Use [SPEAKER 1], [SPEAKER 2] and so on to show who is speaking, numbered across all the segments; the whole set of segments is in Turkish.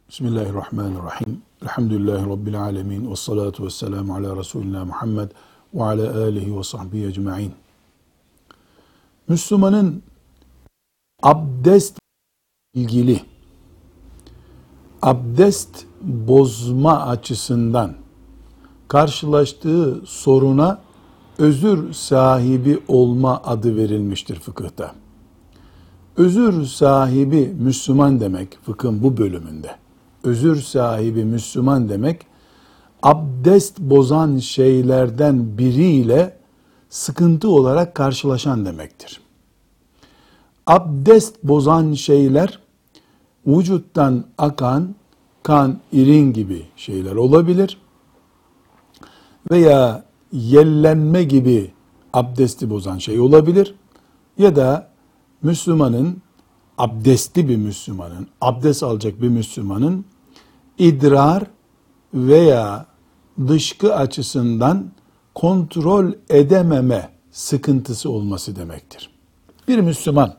[SPEAKER 1] Bismillahirrahmanirrahim. Elhamdülillahi Rabbil alemin. Ve salatu ve selamu ala Resulina Muhammed ve ala alihi ve sahbihi ecma'in. Müslümanın abdest ilgili, abdest bozma açısından karşılaştığı soruna özür sahibi olma adı verilmiştir fıkıhta. Özür sahibi Müslüman demek fıkhın bu bölümünde. Özür sahibi Müslüman demek, abdest bozan şeylerden biriyle sıkıntı olarak karşılaşan demektir. Abdest bozan şeyler, vücuttan akan kan, irin gibi şeyler olabilir. Veya yellenme gibi abdesti bozan şey olabilir. Ya da Müslümanın, abdestli bir Müslümanın, abdest alacak bir Müslümanın idrar veya dışkı açısından kontrol edememe sıkıntısı olması demektir. Bir Müslüman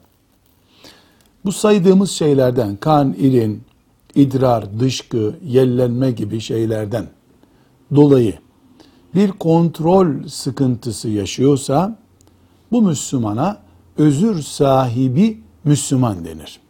[SPEAKER 1] bu saydığımız şeylerden, kan, irin, idrar, dışkı, yellenme gibi şeylerden dolayı bir kontrol sıkıntısı yaşıyorsa bu Müslümana özür sahibi Müslüman denir.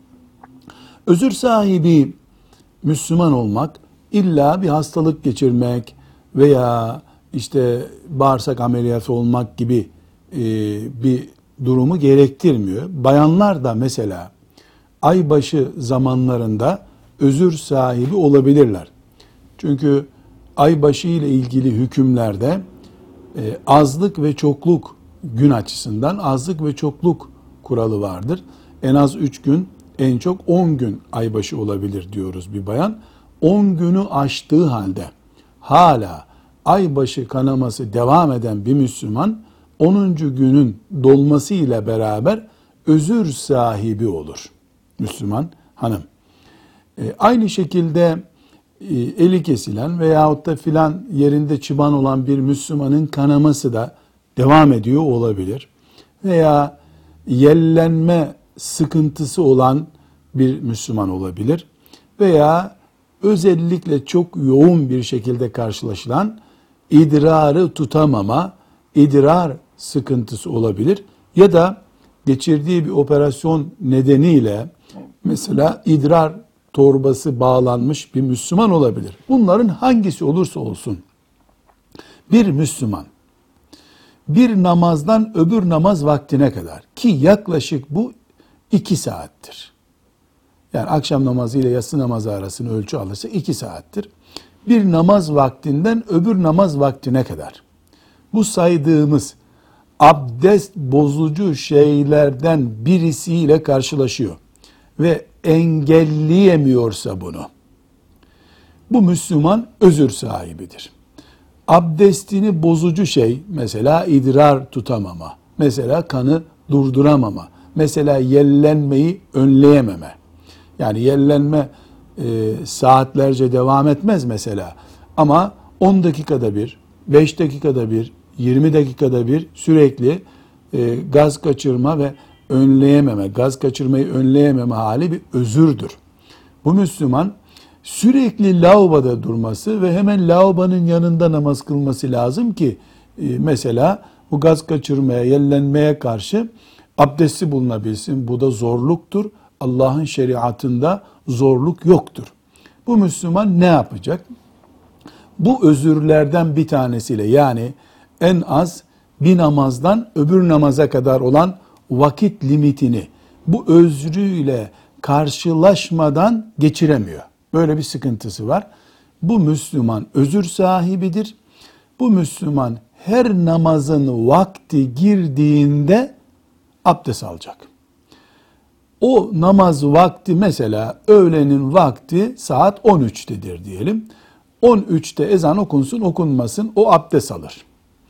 [SPEAKER 1] Özür sahibi Müslüman olmak illa bir hastalık geçirmek veya bağırsak ameliyatı olmak gibi bir durumu gerektirmiyor. Bayanlar da mesela aybaşı zamanlarında özür sahibi olabilirler. Çünkü aybaşı ile ilgili hükümlerde azlık ve çokluk, gün açısından azlık ve çokluk kuralı vardır. En az 3 gün, en çok 10 gün aybaşı olabilir diyoruz bir bayan. 10 günü aştığı halde hala aybaşı kanaması devam eden bir Müslüman 10. günün dolması ile beraber özür sahibi olur. Müslüman hanım. Aynı şekilde eli kesilen veyahut da filan yerinde çıban olan bir Müslümanın kanaması da devam ediyor olabilir. Veya yellenme sıkıntısı olan bir Müslüman olabilir. Veya özellikle çok yoğun bir şekilde karşılaşılan idrarı tutamama, idrar sıkıntısı olabilir. Ya da geçirdiği bir operasyon nedeniyle mesela idrar torbası bağlanmış bir Müslüman olabilir. Bunların hangisi olursa olsun bir Müslüman bir namazdan öbür namaz vaktine kadar, ki yaklaşık bu 2 saattir. Yani akşam namazı ile yatsı namazı arasını ölçü alırsa 2 saattir. Bir namaz vaktinden öbür namaz vaktine kadar bu saydığımız abdest bozucu şeylerden birisiyle karşılaşıyor ve engelleyemiyorsa bunu, bu Müslüman özür sahibidir. Abdestini bozucu şey, mesela idrar tutamama, mesela kanı durduramama, mesela yellenmeyi önleyememe. Yani yellenme saatlerce devam etmez mesela. Ama 10 dakikada bir, 5 dakikada bir, 20 dakikada bir sürekli gaz kaçırma ve önleyememe, gaz kaçırmayı önleyememe hali bir özürdür. Bu Müslüman sürekli lavaboda durması ve hemen lavabonun yanında namaz kılması lazım ki mesela bu gaz kaçırmaya, yellenmeye karşı abdesti bulunabilsin. Bu da zorluktur. Allah'ın şeriatında zorluk yoktur. Bu Müslüman ne yapacak? Bu özürlerden bir tanesiyle, yani en az bir namazdan öbür namaza kadar olan vakit limitini bu özrüyle karşılaşmadan geçiremiyor. Böyle bir sıkıntısı var. Bu Müslüman özür sahibidir. Bu Müslüman her namazın vakti girdiğinde abdest alacak. O namaz vakti, mesela öğlenin vakti saat 13'tedir diyelim. 13'te ezan okunsun okunmasın o abdest alır.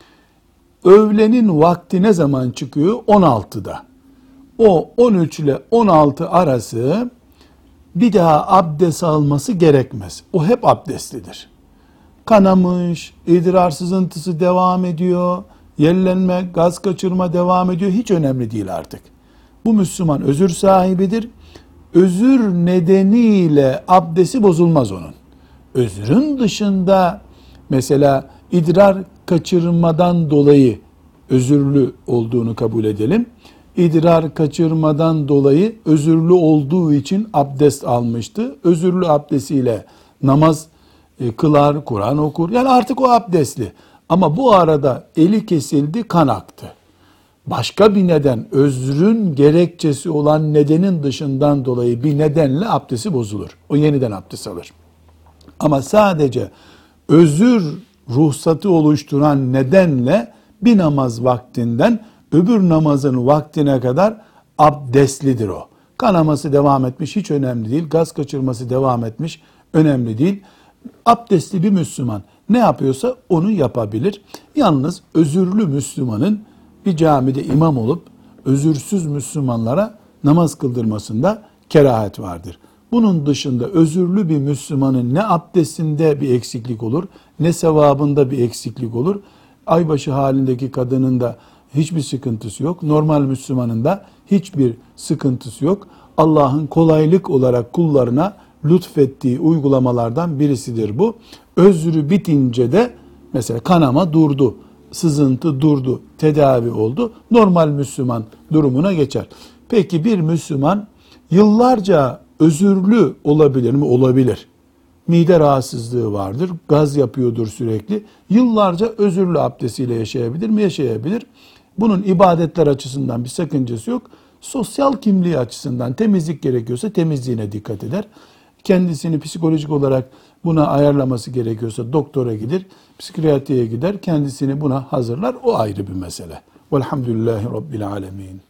[SPEAKER 1] Öğlenin vakti ne zaman çıkıyor? 16'da. O 13 ile 16 arası bir daha abdest alması gerekmez. O hep abdestlidir. Kanamış, idrar sızıntısı devam ediyor, yellenme, gaz kaçırma devam ediyor. Hiç önemli değil artık. Bu Müslüman özür sahibidir. özür nedeniyle abdesti bozulmaz onun. Özrün dışında mesela idrar kaçırmadan dolayı özürlü olduğunu kabul edelim. İdrar kaçırmadan dolayı özürlü olduğu için abdest almıştı. Özürlü abdestiyle namaz kılar, Kur'an okur. Yani artık o abdestli. Ama bu arada eli kesildi, kan aktı. Başka bir neden, özrün gerekçesi olan nedenin dışından dolayı bir nedenle abdesti bozulur. O yeniden abdest alır. Ama sadece özür ruhsatı oluşturan nedenle bir namaz vaktinden öbür namazın vaktine kadar abdestlidir o. Kanaması devam etmiş, hiç önemli değil. Gaz kaçırması devam etmiş, önemli değil. Abdestli bir Müslüman ne yapıyorsa onu yapabilir. Yalnız özürlü Müslümanın bir camide imam olup özürsüz Müslümanlara namaz kıldırmasında kerahet vardır. Bunun dışında özürlü bir Müslümanın ne abdestinde bir eksiklik olur, ne sevabında bir eksiklik olur. Aybaşı halindeki kadının da hiçbir sıkıntısı yok. Normal Müslümanın da hiçbir sıkıntısı yok. Allah'ın kolaylık olarak kullarına lütfettiği uygulamalardan birisidir bu. Özrü bitince de mesela kanama durdu, sızıntı durdu, tedavi oldu. Normal Müslüman durumuna geçer. Peki bir Müslüman yıllarca özürlü olabilir mi? Olabilir. Mide rahatsızlığı vardır, gaz yapıyordur sürekli. Yıllarca özürlü abdestiyle yaşayabilir mi? Yaşayabilir. Bunun ibadetler açısından bir sakıncası yok. Sosyal kimliği açısından temizlik gerekiyorsa temizliğine dikkat eder. Kendisini psikolojik olarak buna ayarlaması gerekiyorsa doktora gider, psikiyatriye gider, kendisini buna hazırlar. O ayrı bir mesele. Velhamdülillahi Rabbil alemin.